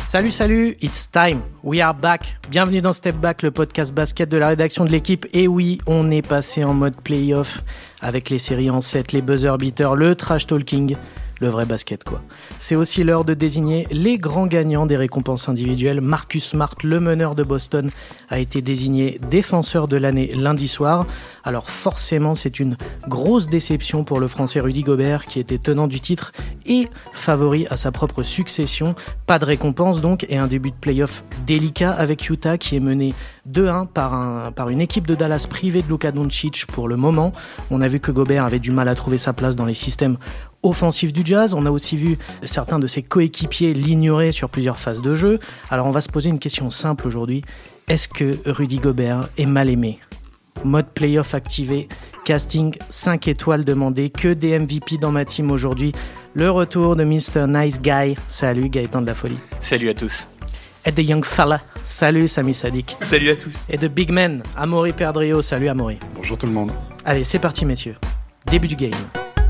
Salut, it's time, we are back. Bienvenue dans Step Back, le podcast basket de la rédaction de l'équipe. Et oui, on est passé en mode playoff avec les séries en 7, les buzzer beaters, le trash talking, le vrai basket quoi. C'est aussi l'heure de désigner les grands gagnants des récompenses individuelles. Marcus Smart, le meneur de Boston, a été désigné défenseur de l'année lundi soir. Alors forcément, c'est une grosse déception pour le Français Rudy Gobert qui était tenant du titre et favori à sa propre succession. Pas de récompense donc et un début de play-off délicat avec Utah qui est mené 2-1 par une équipe de Dallas privée de Luka Doncic pour le moment. On a vu que Gobert avait du mal à trouver sa place dans les systèmes offensifs du Jazz. On a aussi vu certains de ses coéquipiers l'ignorer sur plusieurs phases de jeu. Alors on va se poser une question simple aujourd'hui. Est-ce que Rudy Gobert est mal aimé ? Mode playoff activé, casting 5 étoiles demandé, que des MVP dans ma team aujourd'hui. Le retour de Mr. Nice Guy. Salut Gaëtan de la Folie. Salut à tous. Et de Young Fella. Salut Sami Sadik. Salut à tous. Et de Big Man, Amaury Perdrio. Salut Amaury. Bonjour tout le monde. Allez, c'est parti messieurs. Début du game.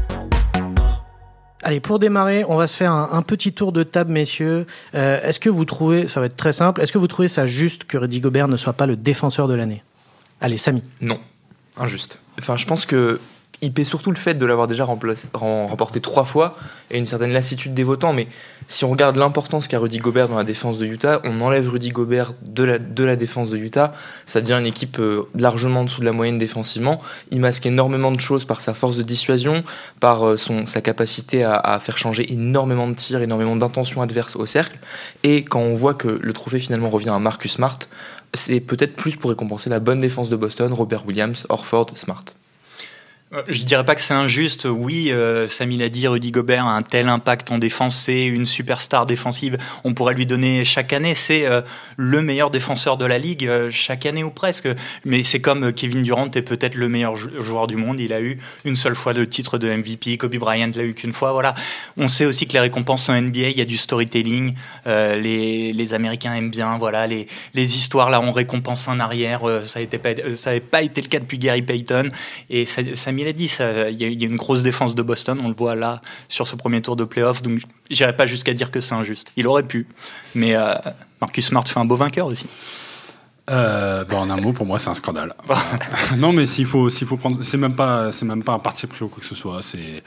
Allez, pour démarrer, on va se faire un petit tour de table, messieurs. Est-ce que vous trouvez, ça va être très simple, est-ce que vous trouvez ça juste que Rudy Gobert ne soit pas le défenseur de l'année ? Allez, Samy. Non, injuste. Enfin, je pense qu'il paie surtout le fait de l'avoir déjà remporté 3 fois et une certaine lassitude des votants. Mais si on regarde l'importance qu'a Rudy Gobert dans la défense de Utah, on enlève Rudy Gobert de la défense de Utah, ça devient une équipe largement en dessous de la moyenne défensivement. Il masque énormément de choses par sa force de dissuasion, par sa capacité à faire changer énormément de tirs, énormément d'intentions adverses au cercle. Et quand on voit que le trophée finalement revient à Marcus Smart, c'est peut-être plus pour récompenser la bonne défense de Boston, Robert Williams, Horford, Smart. Je dirais pas que c'est injuste. Oui, Samy l'a dit, Rudy Gobert a un tel impact en défense, c'est une superstar défensive. On pourrait lui donner chaque année, c'est le meilleur défenseur de la ligue chaque année ou presque. Mais c'est comme Kevin Durant est peut-être le meilleur joueur du monde. Il a eu une seule fois le titre de MVP. Kobe Bryant l'a eu qu'une fois. Voilà. On sait aussi que les récompenses en NBA, il y a du storytelling. Les Américains aiment bien. Voilà, les histoires là, on récompense un arrière. Ça n'avait pas été le cas depuis Gary Payton. Et Samy l'a dit, il y a une grosse défense de Boston, on le voit là sur ce premier tour de play-off, donc j'irai pas jusqu'à dire que c'est injuste. Il aurait pu, mais Marcus Smart fait un beau vainqueur aussi. En un mot, pour moi, c'est un scandale. Non, mais s'il faut prendre, c'est même pas un parti pris ou quoi que ce soit.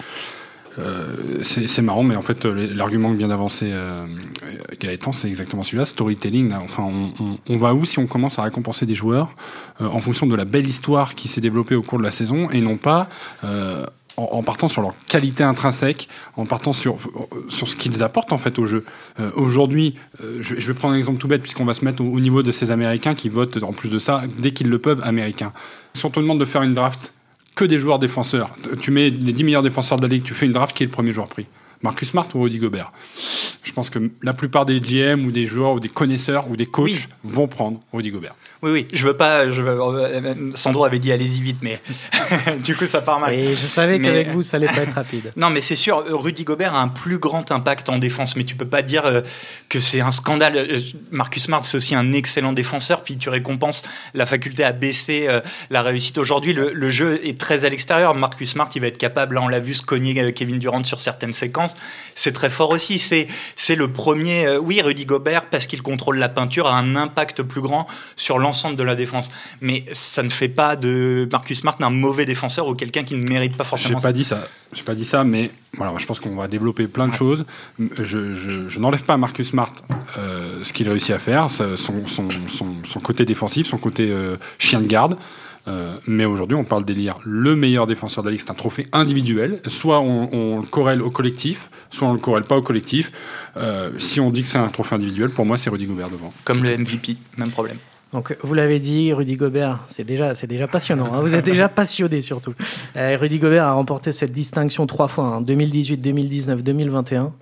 C'est marrant, mais en fait, l'argument que vient d'avancer Gaëtan, c'est exactement celui-là. Storytelling, là, enfin, on va où si on commence à récompenser des joueurs en fonction de la belle histoire qui s'est développée au cours de la saison et non pas en partant sur leur qualité intrinsèque, en partant sur ce qu'ils apportent en fait au jeu. Aujourd'hui, je vais prendre un exemple tout bête puisqu'on va se mettre au niveau de ces Américains qui votent en plus de ça dès qu'ils le peuvent américains. Si on te demande de faire une draft que des joueurs défenseurs, tu mets les 10 meilleurs défenseurs de la ligue, tu fais une draft, qui est le premier joueur pris ? Marcus Smart ou Rudy Gobert ? Je pense que la plupart des GM ou des joueurs ou des connaisseurs ou des coachs vont prendre Rudy Gobert. Oui, je veux pas. Sandro avait dit allez-y vite, mais du coup ça part mal. Et je savais qu'avec vous ça allait pas être rapide. Non, mais c'est sûr, Rudy Gobert a un plus grand impact en défense, mais tu peux pas dire que c'est un scandale. Marcus Smart c'est aussi un excellent défenseur, puis tu récompenses la faculté à baisser la réussite. Aujourd'hui, le jeu est très à l'extérieur. Marcus Smart, il va être capable, là on l'a vu, se cogner Kevin Durant sur certaines séquences. C'est très fort aussi. C'est le premier. Rudy Gobert, parce qu'il contrôle la peinture, a un impact plus grand sur l'ensemble de la défense. Mais ça ne fait pas de Marcus Smart un mauvais défenseur ou quelqu'un qui ne mérite pas forcément. J'ai pas dit ça, mais voilà, je pense qu'on va développer plein de choses. Je n'enlève pas à Marcus Smart ce qu'il a réussi à faire, son côté défensif, son côté chien de garde. Mais aujourd'hui, on parle d'élire le meilleur défenseur de la ligue. C'est un trophée individuel. Soit on le corrèle au collectif, soit on le corrèle pas au collectif. Si on dit que c'est un trophée individuel, pour moi, c'est Rudy Gobert devant. Comme le MVP, même problème. Donc, vous l'avez dit, Rudy Gobert, c'est déjà passionnant. Hein, vous êtes déjà passionné surtout. Rudy Gobert a remporté cette distinction 3 fois, hein, 2018, 2019, 2021.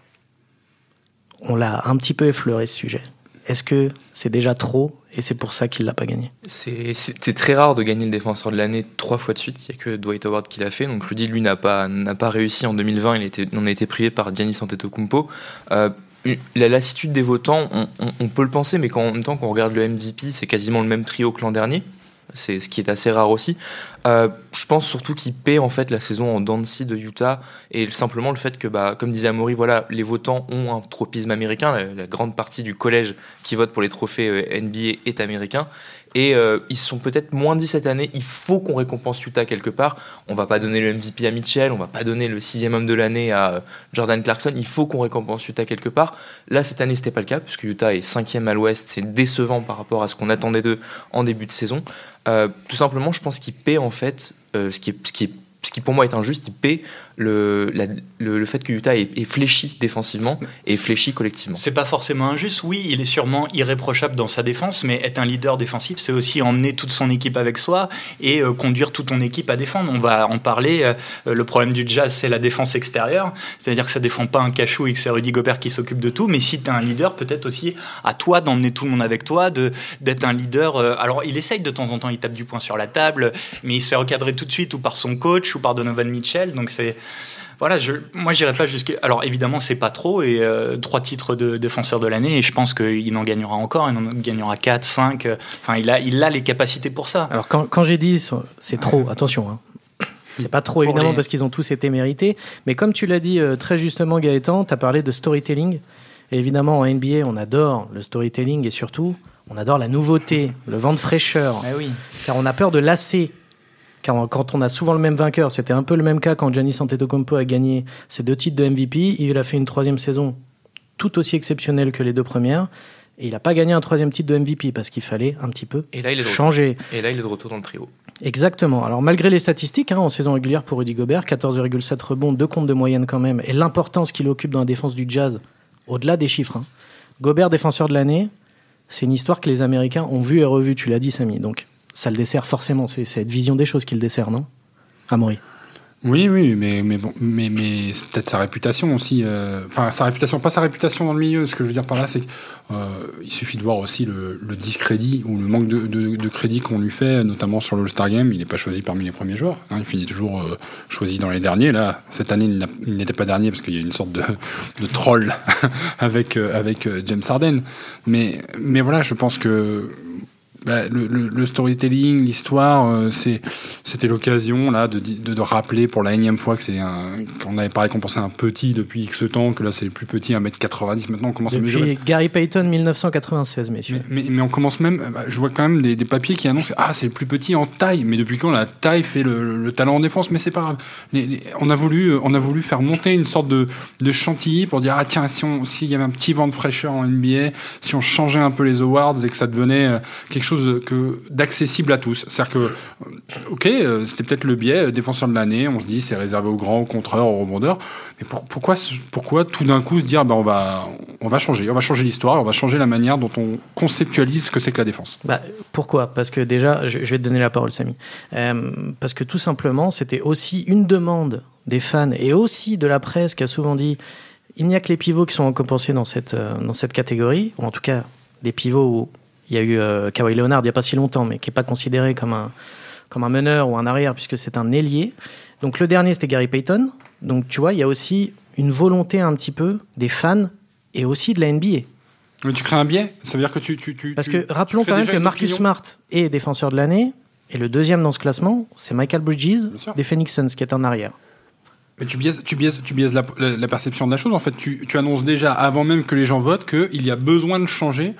On l'a un petit peu effleuré ce sujet. Est-ce que c'est déjà trop et c'est pour ça qu'il l'a pas gagné ? C'est très rare de gagner le défenseur de l'année 3 fois de suite. Il y a que Dwight Howard qui l'a fait. Donc Rudy, lui, n'a pas réussi en 2020. Il en a été privé par Giannis Antetokounmpo. La lassitude des votants, on peut le penser, mais en même temps, quand on regarde le MVP, c'est quasiment le même trio que l'an dernier. C'est ce qui est assez rare aussi. Je pense surtout qu'il paie en fait la saison en dents de scie de Utah et simplement le fait que, comme disait Amaury, voilà, les votants ont un tropisme américain. La grande partie du collège qui vote pour les trophées NBA est américain. Et ils sont peut-être moins dit cette année. Il faut qu'on récompense Utah quelque part. On va pas donner le MVP à Mitchell, on va pas donner le 6e homme de l'année à Jordan Clarkson. Il faut qu'on récompense Utah quelque part. Là, cette année, c'était pas le cas, puisque Utah est 5e à l'Ouest. C'est décevant par rapport à ce qu'on attendait d'eux en début de saison. Tout simplement, je pense qu'il paie en fait ce qui pour moi est injuste. Il paie le fait que Utah est fléchi défensivement et fléchi collectivement. C'est pas forcément injuste, oui, il est sûrement irréprochable dans sa défense, mais être un leader défensif, c'est aussi emmener toute son équipe avec soi et conduire toute ton équipe à défendre. On va en parler, le problème du Jazz, c'est la défense extérieure, c'est-à-dire que ça défend pas un cachou et que c'est Rudy Gobert qui s'occupe de tout, mais si t'es un leader, peut-être aussi à toi d'emmener tout le monde avec toi, d'être un leader. Alors il essaye de temps en temps, il tape du poing sur la table, mais il se fait recadrer tout de suite ou par son coach ou par Donovan Mitchell, donc c'est... Voilà, moi j'irais pas jusqu'à... Alors évidemment c'est pas trop, et 3 titres de défenseur de l'année, et je pense qu'il en gagnera encore, il en gagnera 4, 5, enfin il a les capacités pour ça. Alors quand j'ai dit c'est trop, attention, hein. C'est pas trop évidemment parce qu'ils ont tous été mérités, mais comme tu l'as dit très justement Gaëtan, tu as parlé de storytelling, et évidemment en NBA on adore le storytelling et surtout on adore la nouveauté, le vent de fraîcheur, oui. Car on a peur de lasser. Quand on a souvent le même vainqueur, c'était un peu le même cas quand Giannis Antetokounmpo a gagné ses 2 titres de MVP. Il a fait une 3e saison tout aussi exceptionnelle que les 2 premières. Et il n'a pas gagné un 3e titre de MVP parce qu'il fallait un petit peu changer. Et là, il est de retour dans le trio. Exactement. Alors, malgré les statistiques, en saison régulière pour Rudy Gobert, 14,7 rebonds, 2 comptes de moyenne quand même, et l'importance qu'il occupe dans la défense du Jazz, au-delà des chiffres. Gobert, défenseur de l'année, c'est une histoire que les Américains ont vue et revue, tu l'as dit, Samy. Donc, ça le dessert forcément, c'est cette vision des choses qui le dessert, non, Amaury? Oui, mais bon, mais c'est peut-être sa réputation aussi. Enfin, sa réputation, pas sa réputation dans le milieu. Ce que je veux dire par là, c'est qu'il suffit de voir aussi le discrédit ou le manque de crédit qu'on lui fait, notamment sur l'All-Star Game. Il n'est pas choisi parmi les premiers joueurs. Il finit toujours choisi dans les derniers. Là, cette année, il n'était pas dernier parce qu'il y a une sorte de troll avec James Harden. Mais voilà, je pense que le storytelling, l'histoire, c'était l'occasion là de rappeler pour la énième fois qu'on n'avait pas récompensé un petit depuis X temps, que là c'est le plus petit, 1m90 maintenant, on commence à mesurer. Depuis Gary Payton 1996, messieurs. Mais on commence même, je vois quand même des papiers qui annoncent c'est le plus petit en taille, mais depuis quand la taille fait le talent en défense? Mais c'est pas grave. On a voulu faire monter une sorte de chantilly pour dire tiens, s'il y avait un petit vent de fraîcheur en NBA, si on changeait un peu les awards et que ça devenait quelque chose d'accessible à tous. C'est-à-dire que, c'était peut-être le biais, défenseur de l'année, on se dit c'est réservé aux grands, aux contreurs, aux rebondeurs, mais pourquoi tout d'un coup se dire on va changer l'histoire, on va changer la manière dont on conceptualise ce que c'est que la défense? Pourquoi? Parce que déjà, je vais te donner la parole, Samy. Parce que tout simplement, c'était aussi une demande des fans et aussi de la presse qui a souvent dit il n'y a que les pivots qui sont récompensés dans cette catégorie, ou en tout cas des pivots où il y a eu Kawhi Leonard il n'y a pas si longtemps, mais qui n'est pas considéré comme un meneur ou un arrière, puisque c'est un ailier. Donc le dernier, c'était Gary Payton. Donc tu vois, il y a aussi une volonté un petit peu des fans et aussi de la NBA. Mais tu crées un biais? Ça veut dire que Parce que rappelons quand même que Marcus Smart est défenseur de l'année, et le deuxième dans ce classement, c'est Michael Bridges des Phoenix Suns, qui est un arrière. Mais tu biaises la perception de la chose. En fait, tu annonces déjà, avant même que les gens votent, qu'il y a besoin de changer.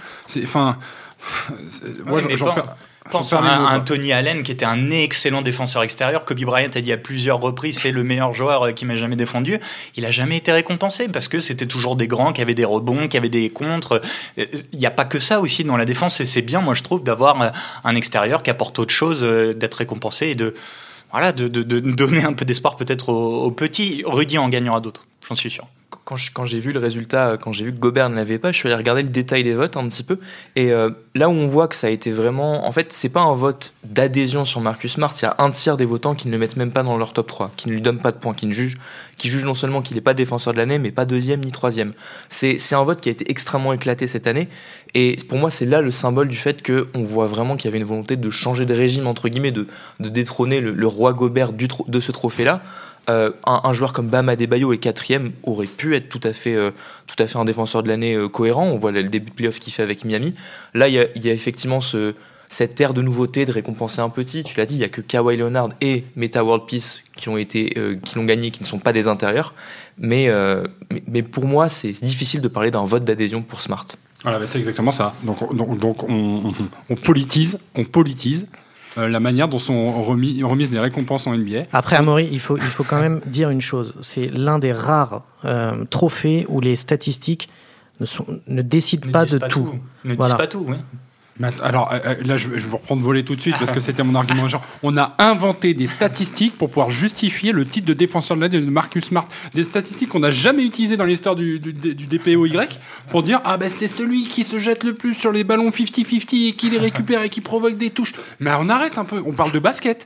Pense à un Tony Allen qui était un excellent défenseur extérieur. Kobe Bryant a dit à plusieurs reprises c'est le meilleur joueur qui m'a jamais défendu. Il a jamais été récompensé parce que c'était toujours des grands qui avaient des rebonds, qui avaient des contres. Il n'y a pas que ça aussi dans la défense, et c'est bien, moi je trouve, d'avoir un extérieur qui apporte autre chose, d'être récompensé et de donner un peu d'espoir peut-être aux petits. Rudy en gagnera d'autres, j'en suis sûr. Quand j'ai vu le résultat, quand j'ai vu que Gobert ne l'avait pas, je suis allé regarder le détail des votes un petit peu. Et là où on voit que ça a été vraiment... En fait, c'est pas un vote d'adhésion sur Marcus Smart. Il y a un tiers des votants qui ne le mettent même pas dans leur top 3, qui ne lui donnent pas de points, qui jugent non seulement qu'il n'est pas défenseur de l'année, mais pas deuxième ni troisième. C'est un vote qui a été extrêmement éclaté cette année. Et pour moi, c'est là le symbole du fait qu'on voit vraiment qu'il y avait une volonté de changer de régime, entre guillemets, de détrôner le roi Gobert de ce trophée-là. Un joueur comme Bam Adebayo est 4e aurait pu être tout à fait un défenseur de l'année cohérent. On voit le début de playoff qu'il fait avec Miami. Là, il y a effectivement cette ère de nouveauté, de récompenser un petit. Tu l'as dit, il n'y a que Kawhi Leonard et Meta World Peace qui l'ont gagné, qui ne sont pas des intérieurs. Mais pour moi, c'est difficile de parler d'un vote d'adhésion pour Smart. Voilà, c'est exactement ça. Donc on politise la manière dont sont remises les récompenses en NBA. Après, Amaury, il faut quand même dire une chose. C'est l'un des rares trophées où les statistiques ne décident pas de tout. Ne disent pas tout, oui. Alors là, je vais vous reprendre voler tout de suite parce que c'était mon argument. Genre, on a inventé des statistiques pour pouvoir justifier le titre de défenseur de l'année de Marcus Smart. Des statistiques qu'on n'a jamais utilisées dans l'histoire du DPOY pour dire c'est celui qui se jette le plus sur les ballons 50-50 et qui les récupère et qui provoque des touches. Mais on arrête un peu. On parle de basket.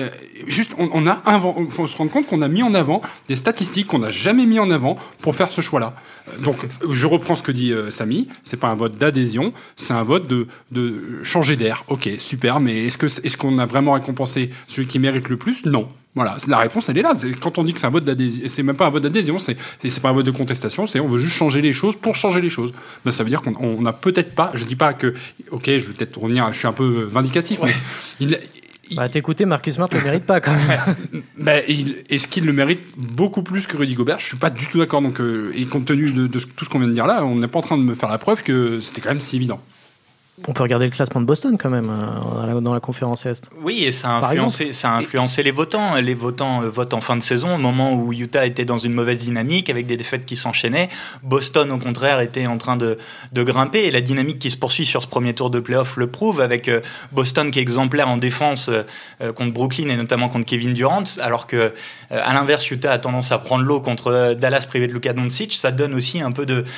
On faut se rendre compte qu'on a mis en avant des statistiques qu'on n'a jamais mis en avant pour faire ce choix-là. Donc, je reprends ce que dit Samy. C'est pas un vote d'adhésion, c'est un vote de changer d'air. Ok, super, mais est-ce qu'on a vraiment récompensé celui qui mérite le plus ? Non. Voilà, la réponse elle est là. Quand on dit que c'est un vote d'adhésion, c'est même pas un vote d'adhésion, c'est pas un vote de contestation, c'est on veut juste changer les choses pour changer les choses. Ça veut dire qu'on n'a peut-être pas. Je dis pas que. Ok, je vais peut-être revenir. Je suis un peu vindicatif, mais t'écouter, Marcus Smart le mérite pas quand même. Est-ce qu'il le mérite beaucoup plus que Rudy Gobert ? Je suis pas du tout d'accord. Donc, et compte tenu de tout ce qu'on vient de dire là, on n'est pas en train de me faire la preuve que c'était quand même si évident. On peut regarder le classement de Boston quand même dans la conférence Est. Oui, et ça a influencé les votants. Les votants votent en fin de saison, au moment où Utah était dans une mauvaise dynamique, avec des défaites qui s'enchaînaient. Boston, au contraire, était en train de grimper, et la dynamique qui se poursuit sur ce premier tour de play-off le prouve, avec Boston qui est exemplaire en défense contre Brooklyn, et notamment contre Kevin Durant, alors que, à l'inverse, Utah a tendance à prendre l'eau contre Dallas privé de Luka Doncic. Ça donne aussi un peu de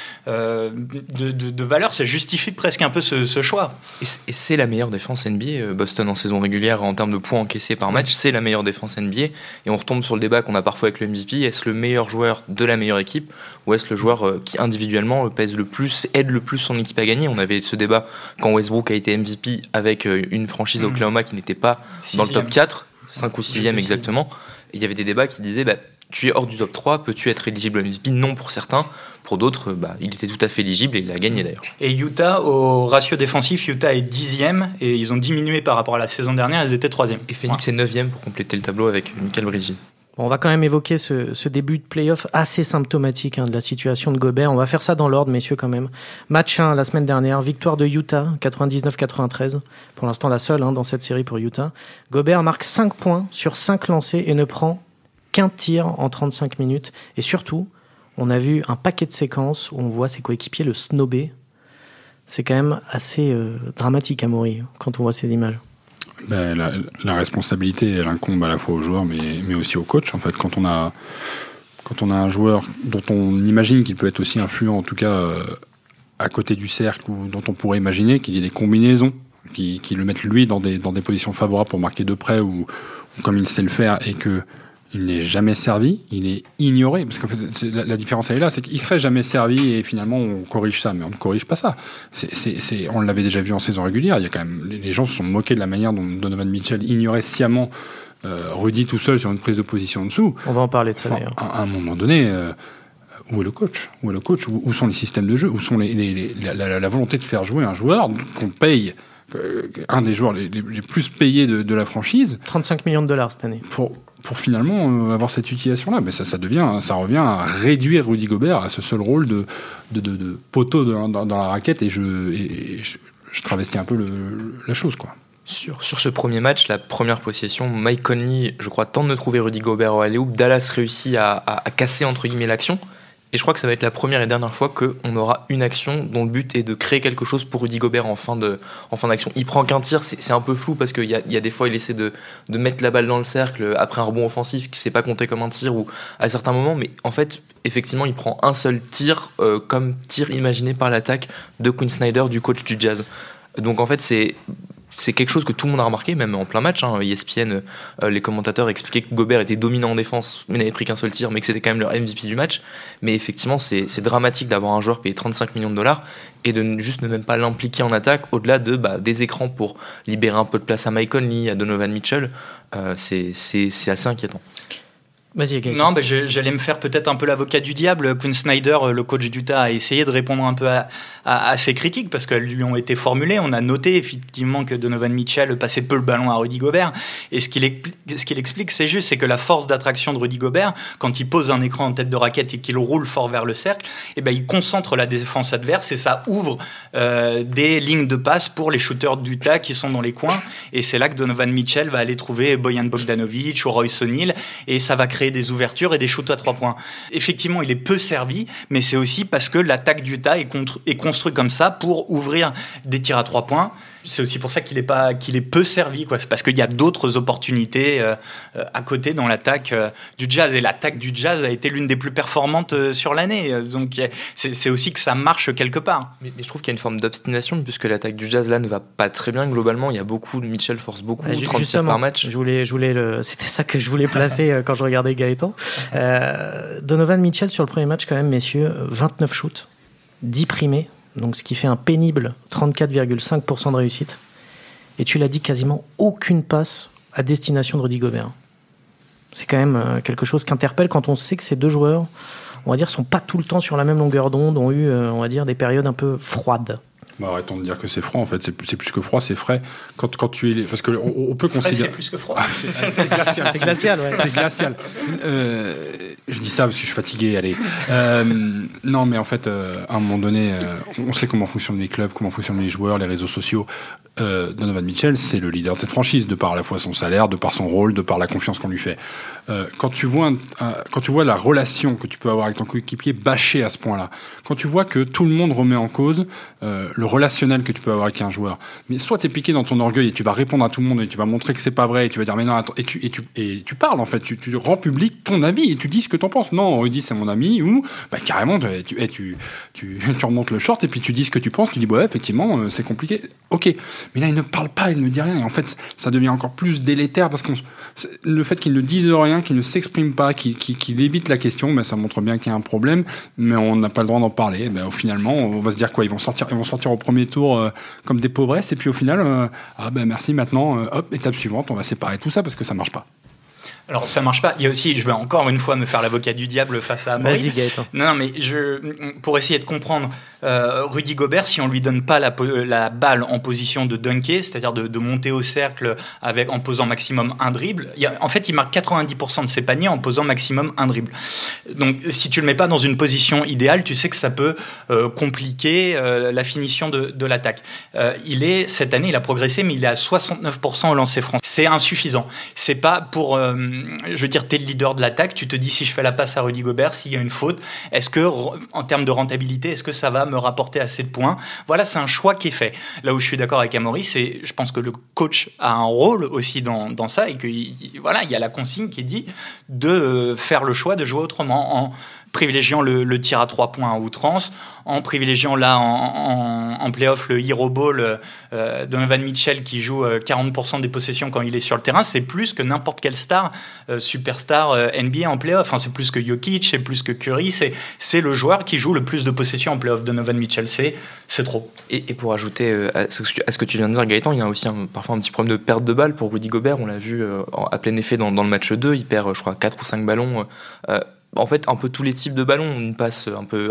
valeur, ça justifie presque un peu ce choix. Et c'est la meilleure défense NBA, Boston en saison régulière en termes de points encaissés par match, c'est la meilleure défense NBA, et on retombe sur le débat qu'on a parfois avec le MVP, est-ce le meilleur joueur de la meilleure équipe, ou est-ce le joueur qui individuellement pèse le plus, aide le plus son équipe à gagner. On avait ce débat quand Westbrook a été MVP avec une franchise Oklahoma qui n'était pas dans le top 4, 5 ou 6e exactement, et il y avait des débats qui disaient tu es hors du top 3, peux-tu être éligible au MVP ? Non pour certains, pour d'autres, il était tout à fait éligible et il a gagné d'ailleurs. Et Utah, au ratio défensif, Utah est 10e et ils ont diminué par rapport à la saison dernière, ils étaient 3e. Et Phoenix est 9e pour compléter le tableau avec Mikal Bridges. Bon, on va quand même évoquer ce début de play-off assez symptomatique de la situation de Gobert. On va faire ça dans l'ordre, messieurs, quand même. Match 1 la semaine dernière, victoire de Utah, 99-93. Pour l'instant, la seule dans cette série pour Utah. Gobert marque 5 points sur 5 lancés et ne prend qu'un tir en 35 minutes. Et surtout, on a vu un paquet de séquences où on voit ses coéquipiers le snobber. C'est quand même assez dramatique, Amaury, quand on voit ces images. La responsabilité, elle incombe à la fois aux joueurs, mais aussi au coach. En fait, quand on a un joueur dont on imagine qu'il peut être aussi influent, en tout cas à côté du cercle, ou dont on pourrait imaginer qu'il y ait des combinaisons qui le mettent lui dans des positions favorables pour marquer de près, ou comme il sait le faire, et que il n'est jamais servi, il est ignoré. Parce que la différence elle est là, c'est qu'il serait jamais servi et finalement on corrige ça, mais on ne corrige pas ça. On l'avait déjà vu en saison régulière. Il y a quand même, les gens se sont moqués de la manière dont Donovan Mitchell ignorait sciemment Rudy tout seul sur une prise de position en dessous. On va en parler de ça d'ailleurs. À un moment donné, où est le coach ? Où sont les systèmes de jeu ? Où sont la volonté de faire jouer un joueur qu'on paye, un des joueurs les plus payés de la franchise, 35 millions de dollars cette année. Pour finalement avoir cette utilisation-là. Mais ça revient à réduire Rudy Gobert à ce seul rôle de poteau dans la raquette, et je travestis un peu la chose, quoi. Sur ce premier match, la première possession, Mike Conley, je crois, tente de trouver Rudy Gobert au alley-oop. Dallas réussit à casser, entre guillemets, l'action. Et je crois que ça va être la première et dernière fois qu'on aura une action dont le but est de créer quelque chose pour Rudy Gobert en fin d'action. Il prend qu'un tir, c'est un peu flou parce qu'il y a des fois il essaie de mettre la balle dans le cercle après un rebond offensif qui ne s'est pas compté comme un tir, ou à certains moments, mais en fait effectivement il prend un seul tir comme tir imaginé par l'attaque de Quinn Snyder, du coach du Jazz. Donc en fait c'est quelque chose que tout le monde a remarqué, même en plein match. ESPN, les commentateurs expliquaient que Gobert était dominant en défense, mais n'avait pris qu'un seul tir, mais que c'était quand même leur MVP du match. Mais effectivement, c'est dramatique d'avoir un joueur payé 35 millions de dollars et de ne même pas l'impliquer en attaque, au-delà des écrans pour libérer un peu de place à Mike Conley, à Donovan Mitchell. C'est assez inquiétant. Vas-y, Gaëtan. Non, j'allais me faire peut-être un peu l'avocat du diable. Quinn Snyder, le coach d'Utah, a essayé de répondre un peu à ces critiques parce qu'elles lui ont été formulées. On a noté effectivement que Donovan Mitchell passait peu le ballon à Rudy Gobert. Et ce qu'il explique, c'est que la force d'attraction de Rudy Gobert, quand il pose un écran en tête de raquette et qu'il roule fort vers le cercle, il concentre la défense adverse et ça ouvre des lignes de passe pour les shooters d'Utah qui sont dans les coins. Et c'est là que Donovan Mitchell va aller trouver Bojan Bogdanovic ou Royce O'Neal et ça va créer des ouvertures et des shoots à 3 points. Effectivement, il est peu servi, mais c'est aussi parce que l'attaque d'Utah est construite comme ça pour ouvrir des tirs à 3 points. C'est aussi pour ça qu'il est peu servi, quoi. C'est parce qu'il y a d'autres opportunités à côté dans l'attaque du Jazz. Et l'attaque du Jazz a été l'une des plus performantes sur l'année. Donc c'est aussi que ça marche quelque part. Mais je trouve qu'il y a une forme d'obstination puisque l'attaque du Jazz là ne va pas très bien globalement. Il y a Mitchell force beaucoup, 30 tirs par match. C'était ça que je voulais placer quand je regardais Gaëtan. Donovan Mitchell sur le premier match quand même, messieurs, 29 shoots, 10 primés. Donc ce qui fait un pénible 34,5% de réussite. Et tu l'as dit, quasiment aucune passe à destination de Rudy Gobert. C'est quand même quelque chose qui interpelle quand on sait que ces deux joueurs, on va dire, sont pas tout le temps sur la même longueur d'onde, ont eu, on va dire, des périodes un peu froides. Arrêtons de dire que c'est froid, en fait, c'est plus que froid, c'est frais. Quand tu es, parce que on peut considérer. C'est plus que froid. C'est glacial. C'est glacial, ouais. C'est glacial. Je dis ça parce que je suis fatigué. Allez. Non, mais en fait, à un moment donné, on sait comment fonctionnent les clubs, comment fonctionnent les joueurs, les réseaux sociaux. Donovan Mitchell, c'est le leader de cette franchise, de par à la fois son salaire, de par son rôle, de par la confiance qu'on lui fait. Quand tu vois la relation que tu peux avoir avec ton coéquipier bâchée à ce point-là, quand tu vois que tout le monde remet en cause le relationnel que tu peux avoir avec un joueur, mais soit t'es piqué dans ton orgueil et tu vas répondre à tout le monde et tu vas montrer que c'est pas vrai et tu vas dire mais non attends, et tu parles en fait, tu rends public ton avis et tu dis ce que t'en penses. Non, Rudy c'est mon ami, ou carrément tu remontes le short et puis tu dis ce que tu penses, tu dis ouais effectivement c'est compliqué, ok, mais là il ne parle pas, il ne dit rien et en fait ça devient encore plus délétère parce que le fait qu'il ne dise rien, qu'il ne s'exprime pas, qu'il évite la question, ça montre bien qu'il y a un problème, mais on n'a pas le droit d'en parler. Finalement on va se dire quoi, ils vont sortir au premier tour comme des pauvresses et puis au final merci, maintenant hop, étape suivante, on va séparer tout ça parce que ça marche pas. Alors ça marche pas. Il y a aussi, je vais encore une fois me faire l'avocat du diable face à Amaury. Vas-y Gaëtan. Non, mais pour essayer de comprendre Rudy Gobert, si on lui donne pas la balle en position de dunker, c'est-à-dire de monter au cercle en posant maximum un dribble, en fait il marque 90% de ses paniers en posant maximum un dribble. Donc si tu le mets pas dans une position idéale, tu sais que ça peut compliquer la finition de l'attaque. Cette année il a progressé, mais il est à 69% au lancer franc. C'est insuffisant. C'est pas pour je veux dire, t'es le leader de l'attaque, tu te dis si je fais la passe à Rudy Gobert, s'il y a une faute, est-ce que, en termes de rentabilité, est-ce que ça va me rapporter assez de points? Voilà, c'est un choix qui est fait. Là où je suis d'accord avec Amaury, je pense que le coach a un rôle aussi dans ça et il y a la consigne qui dit de faire le choix de jouer autrement en privilégiant le tir à 3 points à outrance, en privilégiant là en play-off le hero ball, Donovan Mitchell qui joue 40% des possessions quand il est sur le terrain, c'est plus que n'importe quelle star, superstar NBA en play-off, c'est plus que Jokic, c'est plus que Curry, c'est le joueur qui joue le plus de possessions en play-off, Donovan Mitchell, c'est trop. Et pour ajouter à ce que tu viens de dire Gaëtan, il y a aussi parfois un petit problème de perte de balle pour Rudy Gobert, on l'a vu à plein effet dans le match 2, il perd je crois 4 ou 5 ballons, en fait un peu tous les types de ballons, une passe un peu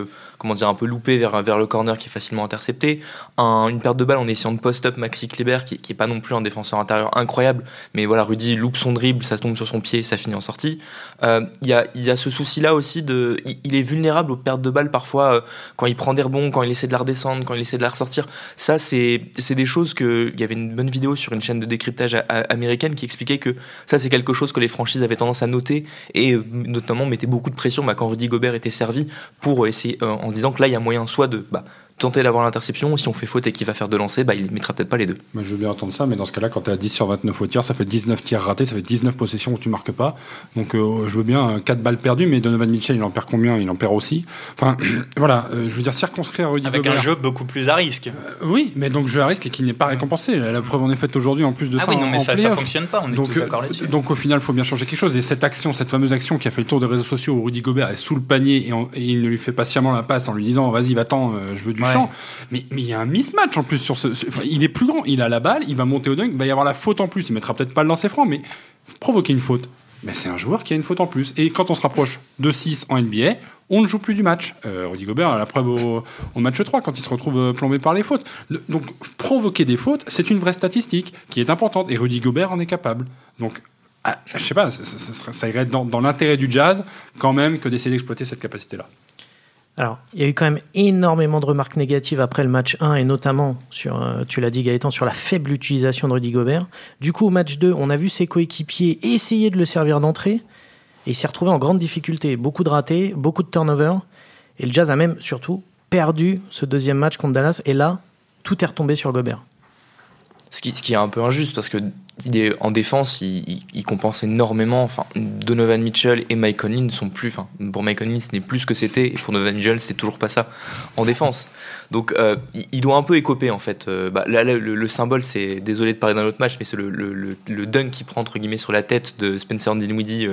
un peu loupée vers le corner qui est facilement intercepté, une perte de balle en essayant de post-up Maxi Kleber qui est pas non plus un défenseur intérieur incroyable, mais voilà, Rudy loupe son dribble, ça tombe sur son pied, ça finit en sortie. Il y a ce souci là aussi il est vulnérable aux pertes de balles parfois quand il prend des rebonds, quand il essaie de la redescendre, quand il essaie de la ressortir. Ça c'est des choses il y avait une bonne vidéo sur une chaîne de décryptage américaine qui expliquait que ça c'est quelque chose que les franchises avaient tendance à noter et notamment mettait beaucoup de pression quand Rudy Gobert était servi pour essayer en se disant que là il y a moyen soit de tenter d'avoir l'interception, ou si on fait faute et qu'il va faire de lancer, il ne mettra peut-être pas les deux. Moi, je veux bien entendre ça, mais dans ce cas-là, quand tu es à 10 sur 29 au tir, ça fait 19 tirs ratés, ça fait 19 possessions où tu marques pas. Donc, je veux bien 4 balles perdues, mais Donovan Mitchell, il en perd combien? Il en perd aussi. Enfin, voilà, je veux dire, circonscrire Rudy Gobert. Avec un jeu beaucoup plus à risque. Oui, mais donc jeu à risque et qui n'est pas récompensé. La preuve en est faite aujourd'hui, en plus de ça. Oui, non, mais ça fonctionne pas, on est tous d'accord là-dessus. Donc, au final, il faut bien changer quelque chose. Et cette fameuse action qui a fait le tour des réseaux sociaux où Rudy Gobert est sous le panier et il ne lui fait pas sciemment la passe en lui disant vas-y, va-t'en, je veux du champ. Mais il y a un mismatch en plus sur il est plus grand, il a la balle, il va monter au dunk, il va y avoir la faute en plus, il mettra peut-être pas le lancer franc, mais provoquer une faute. mais c'est un joueur qui a une faute en plus. Et quand on se rapproche de 6 en NBA, on ne joue plus du match. Rudy Gobert a la preuve au match 3, quand il se retrouve plombé par les fautes. Donc, provoquer des fautes, c'est une vraie statistique qui est importante. Et Rudy Gobert en est capable. Donc, je sais pas, ça irait dans l'intérêt du Jazz, quand même, que d'essayer d'exploiter cette capacité-là. Alors, il y a eu quand même énormément de remarques négatives après le match 1 et notamment sur, tu l'as dit Gaëtan, sur la faible utilisation de Rudy Gobert. Du coup, au match 2, on a vu ses coéquipiers essayer de le servir d'entrée et il s'est retrouvé en grande difficulté. Beaucoup de ratés, beaucoup de turnovers et le Jazz a même surtout perdu ce deuxième match contre Dallas et là, tout est retombé sur Gobert. Ce qui est un peu injuste parce que en défense, il compense énormément. Enfin, Donovan Mitchell et Mike Conley ne sont plus. Enfin, pour Mike Conley, ce n'est plus ce que c'était, et pour Donovan Mitchell, c'est toujours pas ça en défense. Donc, il doit un peu écoper en fait. Là, le symbole, c'est, désolé de parler d'un autre match, mais c'est le dunk qui prend entre guillemets sur la tête de Spencer Dinwiddie.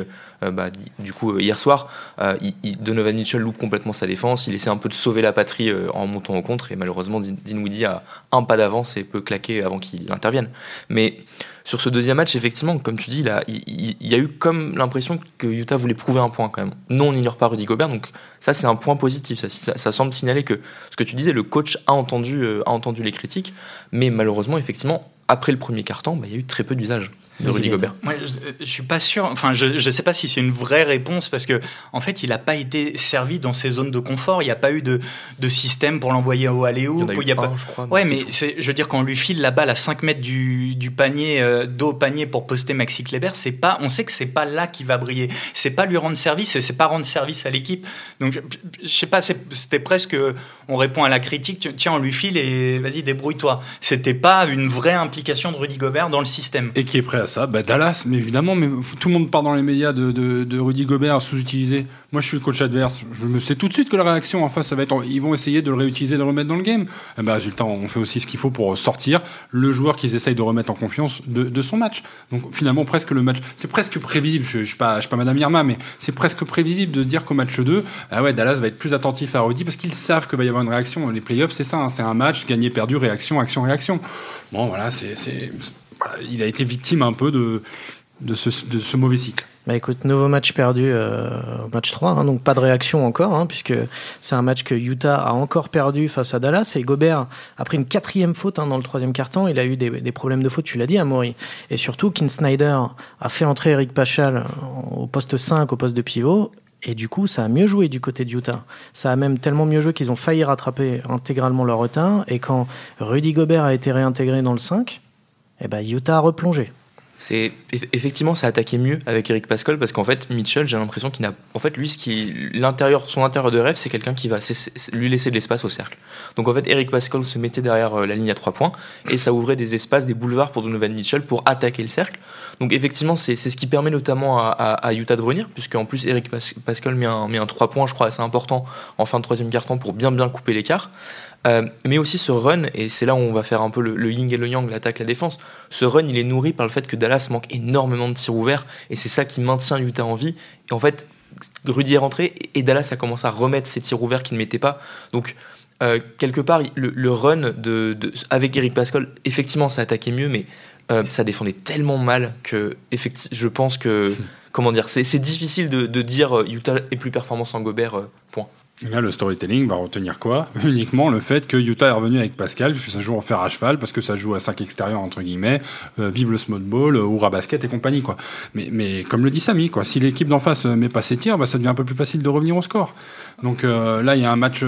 Du coup, hier soir, Donovan Mitchell loupe complètement sa défense. Il essaie un peu de sauver la patrie en montant au contre, et malheureusement, Dinwiddie a un pas d'avance et peut claquer avant qu'il intervienne. Mais sur ce deuxième match, effectivement, comme tu dis, il y a eu comme l'impression que Utah voulait prouver un point quand même. Non, on n'ignore pas Rudy Gobert, donc ça c'est un point positif. Ça semble signaler que ce que tu disais, le coach a entendu les critiques, mais malheureusement, effectivement, après le premier quart-temps, il y a eu très peu d'usage de Rudy Gobert. Moi, je suis pas sûr. Enfin, je sais pas si c'est une vraie réponse parce que en fait, il a pas été servi dans ses zones de confort. Il n'y a pas eu de système pour l'envoyer au alley-oop. Il y en a eu un, je crois. Ouais, mais je veux dire, quand on lui file la balle à 5 mètres du panier, dos au panier pour poster Maxi Kleber, on sait que c'est pas là qu'il va briller. C'est pas lui rendre service et c'est pas rendre service à l'équipe. Donc, je sais pas, c'était presque, on répond à la critique, tiens, on lui file et vas-y, débrouille-toi. C'était pas une vraie implication de Rudy Gobert dans le système. Et qui est prêt à ça, Dallas, mais évidemment, mais tout le monde part dans les médias de Rudy Gobert sous-utilisé. Moi, je suis le coach adverse. Je me sais tout de suite que la réaction en face, ça va être, ils vont essayer de le réutiliser, de le remettre dans le game. Résultat, on fait aussi ce qu'il faut pour sortir le joueur qu'ils essayent de remettre en confiance de son match. Donc, finalement, presque le match, c'est presque prévisible. Je suis pas Madame Irma, mais c'est presque prévisible de se dire qu'au match 2, Dallas va être plus attentif à Rudy parce qu'ils savent qu'il va y avoir une réaction. Les playoffs, c'est ça, hein, c'est un match gagné, perdu, réaction, action, réaction. Bon, voilà, il a été victime un peu de ce mauvais cycle. Écoute, nouveau match perdu, match 3, hein, donc pas de réaction encore, hein, puisque c'est un match que Utah a encore perdu face à Dallas, et Gobert a pris une 4e faute dans le 3e quart-temps, il a eu des problèmes de faute, tu l'as dit, Amaury, et surtout, Quinn Snyder a fait entrer Eric Paschall au poste 5, au poste de pivot, et du coup, ça a mieux joué du côté de Utah. Ça a même tellement mieux joué qu'ils ont failli rattraper intégralement leur retard, et quand Rudy Gobert a été réintégré dans le 5, Utah a replongé. Effectivement, ça a attaqué mieux avec Eric Paschall parce qu'en fait, Mitchell, j'ai l'impression qu'il n'a. En fait, lui, son intérieur de rêve, c'est quelqu'un qui va lui laisser de l'espace au cercle. Donc en fait, Eric Paschall se mettait derrière la ligne à 3 points et ça ouvrait des espaces, des boulevards pour Donovan Mitchell pour attaquer le cercle. Donc effectivement, c'est ce qui permet notamment à Utah de revenir, puisqu'en plus, Eric Paschall met un 3 points, je crois, assez important en fin de 3e quart-temps pour bien couper l'écart. Mais aussi ce run, et c'est là où on va faire un peu le yin et le yang, l'attaque, la défense. Ce run, il est nourri par le fait que Dallas manque énormément de tirs ouverts, et c'est ça qui maintient Utah en vie. Et en fait, Rudy est rentré, et Dallas a commencé à remettre ses tirs ouverts qu'il ne mettait pas. Donc, quelque part, le run avec Eric Paschall, effectivement, ça attaquait mieux, mais ça défendait tellement mal que je pense que, c'est difficile de dire Utah est plus performant sans Gobert, point. Là, le storytelling va retenir quoi ? Uniquement le fait que Utah est revenu avec Pascal, parce que ça joue en fer à cheval, parce que ça joue à 5 extérieurs, entre guillemets, vive le small ball, Oura Basket et compagnie, quoi. Mais comme le dit Samy, quoi, si l'équipe d'en face met pas ses tirs, ça devient un peu plus facile de revenir au score. Donc là, il y a un match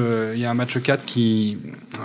4 qui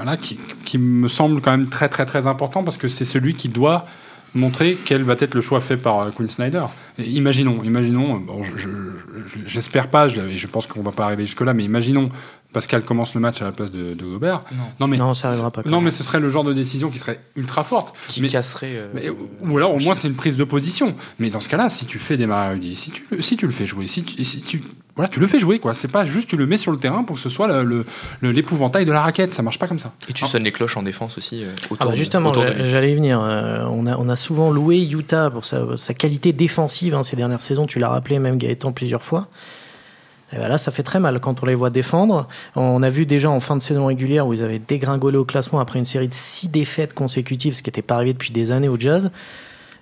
me semble quand même très, très, très important, parce que c'est celui qui doit montrer quel va être le choix fait par Quinn Snyder. Et imaginons, bon, je l'espère pas, je pense qu'on va pas arriver jusque-là, mais imaginons Pascal commence le match à la place de Gobert. Non, ça arrivera pas. Mais ce serait le genre de décision qui serait ultra forte. Qui casserait... ou alors, au moins, c'est une prise de position. Mais dans ce cas-là, si tu fais démarrer Rudy, si tu le fais jouer, tu le fais jouer, quoi. C'est pas juste tu le mets sur le terrain pour que ce soit l'épouvantail de la raquette. Ça marche pas comme ça. Et tu sonnes les cloches en défense aussi. Justement, j'allais y venir. On a souvent loué Utah pour sa qualité défensive ces dernières saisons. Tu l'as rappelé, même Gaëtan, plusieurs fois. Et là, ça fait très mal quand on les voit défendre. On a vu déjà en fin de saison régulière où ils avaient dégringolé au classement après une série de 6 défaites consécutives, ce qui n'était pas arrivé depuis des années au Jazz.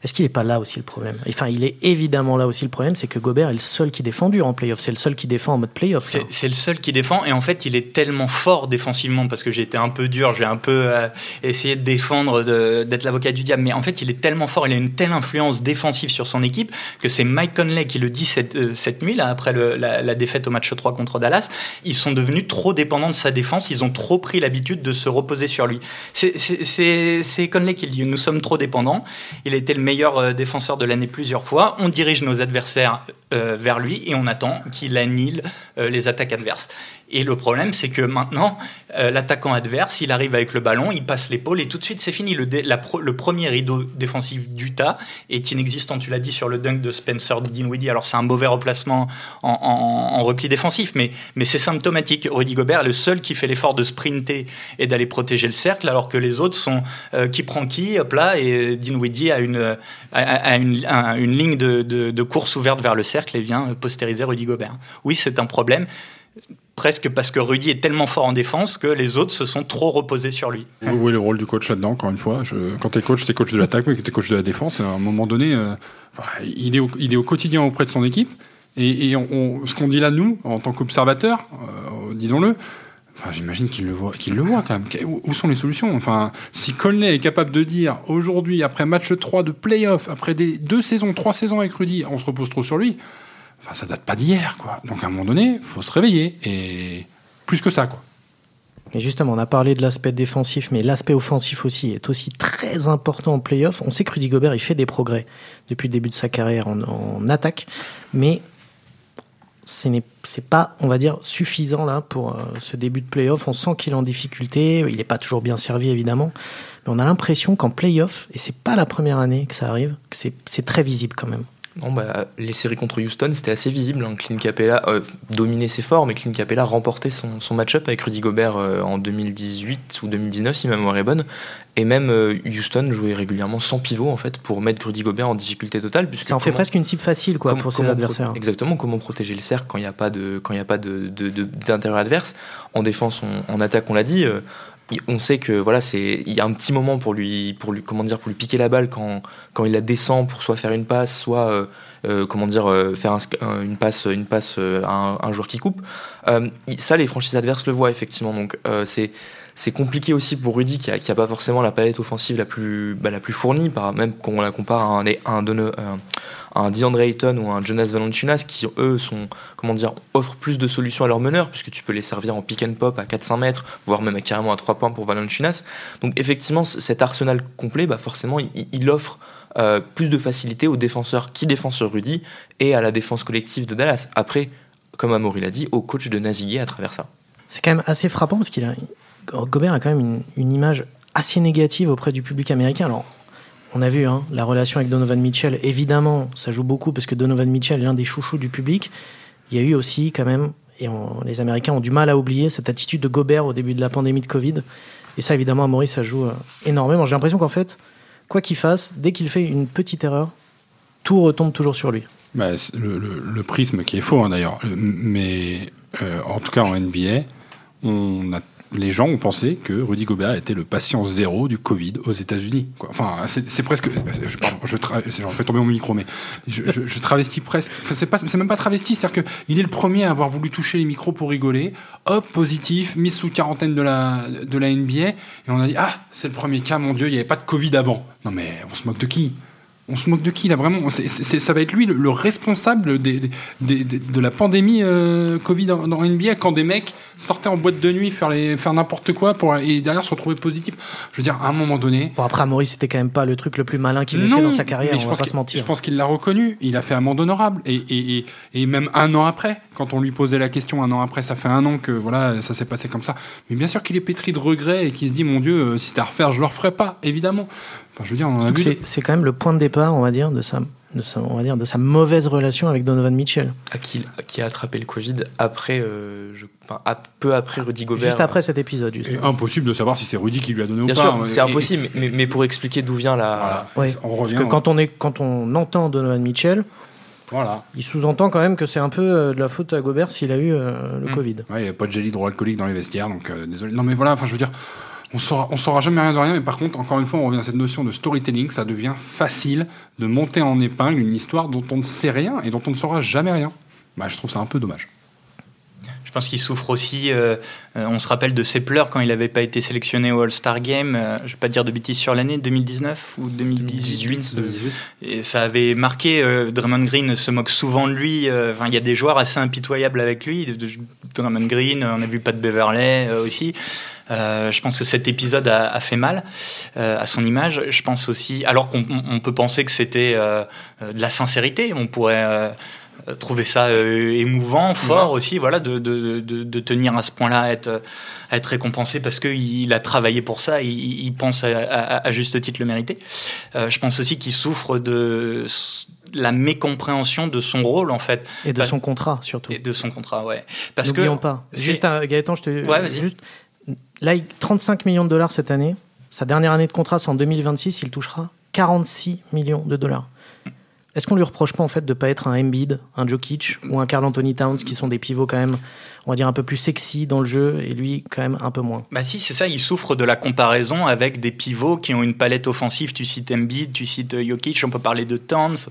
Est-ce qu'il n'est pas là aussi le problème ? Enfin, il est évidemment là aussi le problème, c'est que Gobert est le seul qui défend dur en play-off. C'est le seul qui défend en mode play-off. C'est le seul qui défend, et en fait, il est tellement fort défensivement, parce que j'ai été un peu dur, j'ai un peu essayé de défendre, d'être l'avocat du diable, mais en fait, il est tellement fort, il a une telle influence défensive sur son équipe, que c'est Mike Conley qui le dit cette nuit, là, après la défaite au match 3 contre Dallas. Ils sont devenus trop dépendants de sa défense, ils ont trop pris l'habitude de se reposer sur lui. C'est Conley qui le dit, nous sommes trop dépendants. Il a été le meilleur défenseur de l'année plusieurs fois. On dirige nos adversaires vers lui et on attend qu'il annihile les attaques adverses. Et le problème, c'est que maintenant, l'attaquant adverse, il arrive avec le ballon, il passe l'épaule et tout de suite, c'est fini. Le premier rideau défensif d'Utah est inexistant. Tu l'as dit sur le dunk de Spencer Dinwiddie. Alors, c'est un mauvais replacement en repli défensif, mais c'est symptomatique. Rudy Gobert est le seul qui fait l'effort de sprinter et d'aller protéger le cercle, alors que les autres sont qui prend qui, hop là, et Dinwiddie a une ligne de course ouverte vers le cercle et vient postériser Rudy Gobert. Oui, c'est un problème. Presque parce que Rudy est tellement fort en défense que les autres se sont trop reposés sur lui. Où est le rôle du coach là-dedans, encore une fois quand t'es coach de l'attaque, mais que t'es coach de la défense, à un moment donné, il est au quotidien auprès de son équipe, et ce qu'on dit là, nous, en tant qu'observateurs, disons-le, j'imagine qu'il le voit quand même. Où sont les solutions ? Enfin, si Conley est capable de dire, aujourd'hui, après match 3 de play-off, après 3 saisons avec Rudy, on se repose trop sur lui, ça date pas d'hier, quoi. Donc à un moment donné, faut se réveiller, et plus que ça, quoi. Et justement, on a parlé de l'aspect défensif, mais l'aspect offensif aussi est aussi très important en play-off. On sait que Rudy Gobert, il fait des progrès depuis le début de sa carrière en attaque, mais c'est pas, on va dire, suffisant là pour ce début de play-off. On sent qu'il est en difficulté, il n'est pas toujours bien servi évidemment, mais on a l'impression qu'en play-off, et c'est pas la première année que ça arrive, que c'est très visible quand même. Non, les séries contre Houston, c'était assez visible. Clint Capella dominait ses forts, mais Clint Capella remportait son match-up avec Rudy Gobert en 2018 ou 2019, si ma mémoire est bonne. Et même Houston jouait régulièrement sans pivot, en fait, pour mettre Rudy Gobert en difficulté totale. Ça en fait presque une cible facile, quoi, pour ses adversaires. Exactement, comment protéger le cercle quand il n'y a pas d'intérieur adverse. En défense, en attaque, on l'a dit. On sait que il y a un petit moment pour lui piquer la balle quand il la descend pour soit faire une passe, soit faire une passe à un joueur qui coupe. Ça, les franchises adverses le voient effectivement. Donc c'est compliqué aussi pour Rudy qui a pas forcément la palette offensive la plus fournie, même quand on la compare à un DeAndre Ayton ou un Jonas Valanciunas qui, eux, offrent plus de solutions à leurs meneurs, puisque tu peux les servir en pick and pop à 4-5 mètres, voire même carrément à 3 points pour Valanciunas. Donc effectivement, cet arsenal complet, forcément, il offre plus de facilité aux défenseurs qui défendent sur Rudy et à la défense collective de Dallas. Après, comme Amaury l'a dit, au coach de naviguer à travers ça. C'est quand même assez frappant, parce Gobert a quand même une image assez négative auprès du public américain. Alors, on a vu la relation avec Donovan Mitchell, évidemment, ça joue beaucoup parce que Donovan Mitchell est l'un des chouchous du public. Il y a eu aussi quand même, et les Américains ont du mal à oublier cette attitude de Gobert au début de la pandémie de Covid. Et ça, évidemment, à Maurice, ça joue énormément. J'ai l'impression qu'en fait, quoi qu'il fasse, dès qu'il fait une petite erreur, tout retombe toujours sur lui. Le prisme qui est faux, d'ailleurs. Mais en tout cas, en NBA, les gens ont pensé que Rudy Gobert était le patient zéro du Covid aux États-Unis. Enfin, c'est presque. J'en fais tomber mon micro, mais je travestis presque. C'est même pas travesti, c'est-à-dire qu'il est le premier à avoir voulu toucher les micros pour rigoler. Hop, positif, mise sous quarantaine de la NBA, et on a dit c'est le premier cas, mon Dieu, il n'y avait pas de Covid avant. Non mais on se moque de qui ? On se moque de qui, là, vraiment ? Ça va être lui le responsable de la pandémie Covid dans NBA, quand des mecs sortaient en boîte de nuit faire n'importe quoi et derrière se retrouver positif. Je veux dire, à un moment donné... Bon, après, Maurice, c'était quand même pas le truc le plus malin qu'il ait fait dans sa carrière, on va pas se mentir. Je pense qu'il l'a reconnu. Il a fait amende honorable. Et même un an après, quand on lui posait la question, un an après, ça fait un an que ça s'est passé comme ça. Mais bien sûr qu'il est pétri de regrets et qu'il se dit, mon Dieu, si c'était à refaire, je le referais pas, évidemment. Enfin, je veux dire, c'est quand même le point de départ, on va dire, de sa mauvaise relation avec Donovan Mitchell. Qui a attrapé le Covid après, peu après Rudy Gobert. Juste après cet épisode, justement. Impossible de savoir si c'est Rudy qui lui a donné bien ou pas. Bien sûr, c'est impossible, mais pour expliquer d'où vient la... Voilà. On revient, parce que quand on entend Donovan Mitchell, il sous-entend quand même que c'est un peu de la faute à Gobert s'il a eu le Covid. Il n'y a pas de gel hydroalcoolique dans les vestiaires, donc désolé. Non mais voilà, je veux dire... On saura jamais rien de rien, mais par contre, encore une fois, on revient à cette notion de storytelling. Ça devient facile de monter en épingle une histoire dont on ne sait rien et dont on ne saura jamais rien. Bah, je trouve ça un peu dommage. Je pense qu'il souffre aussi, on se rappelle de ses pleurs quand il n'avait pas été sélectionné au All-Star Game, je ne vais pas dire de bêtises sur l'année, 2019 ou 2018. Et ça avait marqué, Draymond Green se moque souvent de lui, il y a des joueurs assez impitoyables avec lui, Draymond Green, on a vu Pat Beverley aussi. Je pense que cet épisode a fait mal à son image. Je pense aussi, alors qu'on peut penser que c'était de la sincérité, on pourrait... trouver ça émouvant, fort aussi, voilà, de tenir à ce point-là à être récompensé parce qu'il a travaillé pour ça, il pense à juste titre le mériter. Je pense aussi qu'il souffre de la mécompréhension de son rôle, en fait. Et de son contrat, surtout. Et de son contrat, ouais. N'oublions pas. Juste, Gaëtan, juste, là, 35 millions de dollars cette année. Sa dernière année de contrat, c'est en 2026, il touchera 46 millions de dollars. Est-ce qu'on lui reproche pas en fait de pas être un Embiid, un Jokic ou un Karl Anthony Towns qui sont des pivots quand même, on va dire un peu plus sexy dans le jeu et lui quand même un peu moins? Bah si, c'est ça, il souffre de la comparaison avec des pivots qui ont une palette offensive. Tu cites Embiid, tu cites Jokic, on peut parler de Towns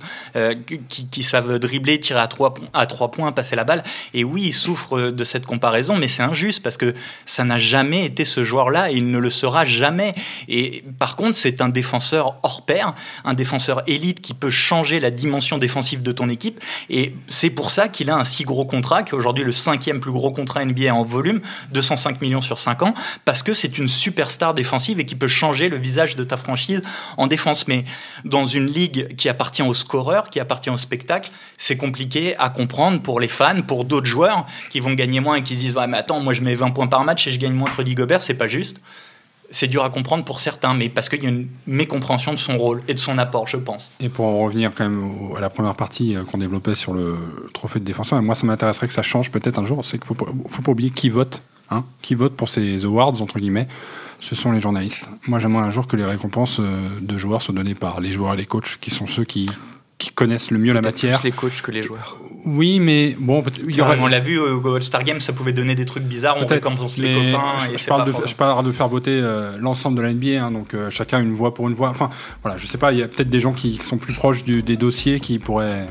qui savent dribbler, tirer à 3 points, passer la balle. Et oui, il souffre de cette comparaison, mais c'est injuste parce que ça n'a jamais été ce joueur-là et il ne le sera jamais. Et par contre, c'est un défenseur hors pair, un défenseur élite qui peut changer la dimension défensive de ton équipe, et c'est pour ça qu'il a un si gros contrat, qui est aujourd'hui le 5e plus gros contrat NBA en volume, 205 millions sur 5 ans, parce que c'est une superstar défensive et qui peut changer le visage de ta franchise en défense. Mais dans une ligue qui appartient aux scoreurs, qui appartient au spectacle, c'est compliqué à comprendre pour les fans, pour d'autres joueurs qui vont gagner moins et qui se disent mais attends, moi je mets 20 points par match et je gagne moins que Rudy Gobert, c'est pas juste. C'est dur à comprendre pour certains, mais parce qu'il y a une mécompréhension de son rôle et de son apport, je pense. Et pour en revenir quand même à la première partie qu'on développait sur le trophée de défenseur, et moi ça m'intéresserait que ça change peut-être un jour, c'est qu'il faut pas oublier qui vote. Qui vote pour ces awards, entre guillemets, ce sont les journalistes. Moi j'aimerais un jour que les récompenses de joueurs soient données par les joueurs et les coachs, qui sont ceux qui connaissent le mieux la matière. Plus les coachs que les joueurs. Oui, mais bon, on l'a vu au All-Star Game, ça pouvait donner des trucs bizarres, on récompense les copains. Je parle de faire voter l'ensemble de la NBA, donc chacun une voix pour une voix. Enfin, voilà, je sais pas, il y a peut-être des gens qui sont plus proches des dossiers qui pourraient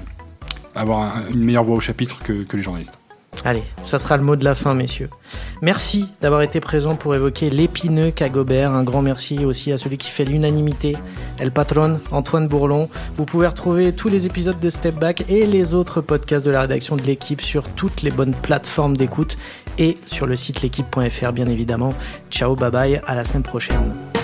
avoir une meilleure voix au chapitre que les journalistes. Allez, ça sera le mot de la fin, messieurs. Merci d'avoir été présents pour évoquer l'épineux K Gobert. Un grand merci aussi à celui qui fait l'unanimité, El Patron, Antoine Bourlon. Vous pouvez retrouver tous les épisodes de Step Back et les autres podcasts de la rédaction de l'équipe sur toutes les bonnes plateformes d'écoute et sur le site l'équipe.fr, bien évidemment. Ciao, bye bye, à la semaine prochaine.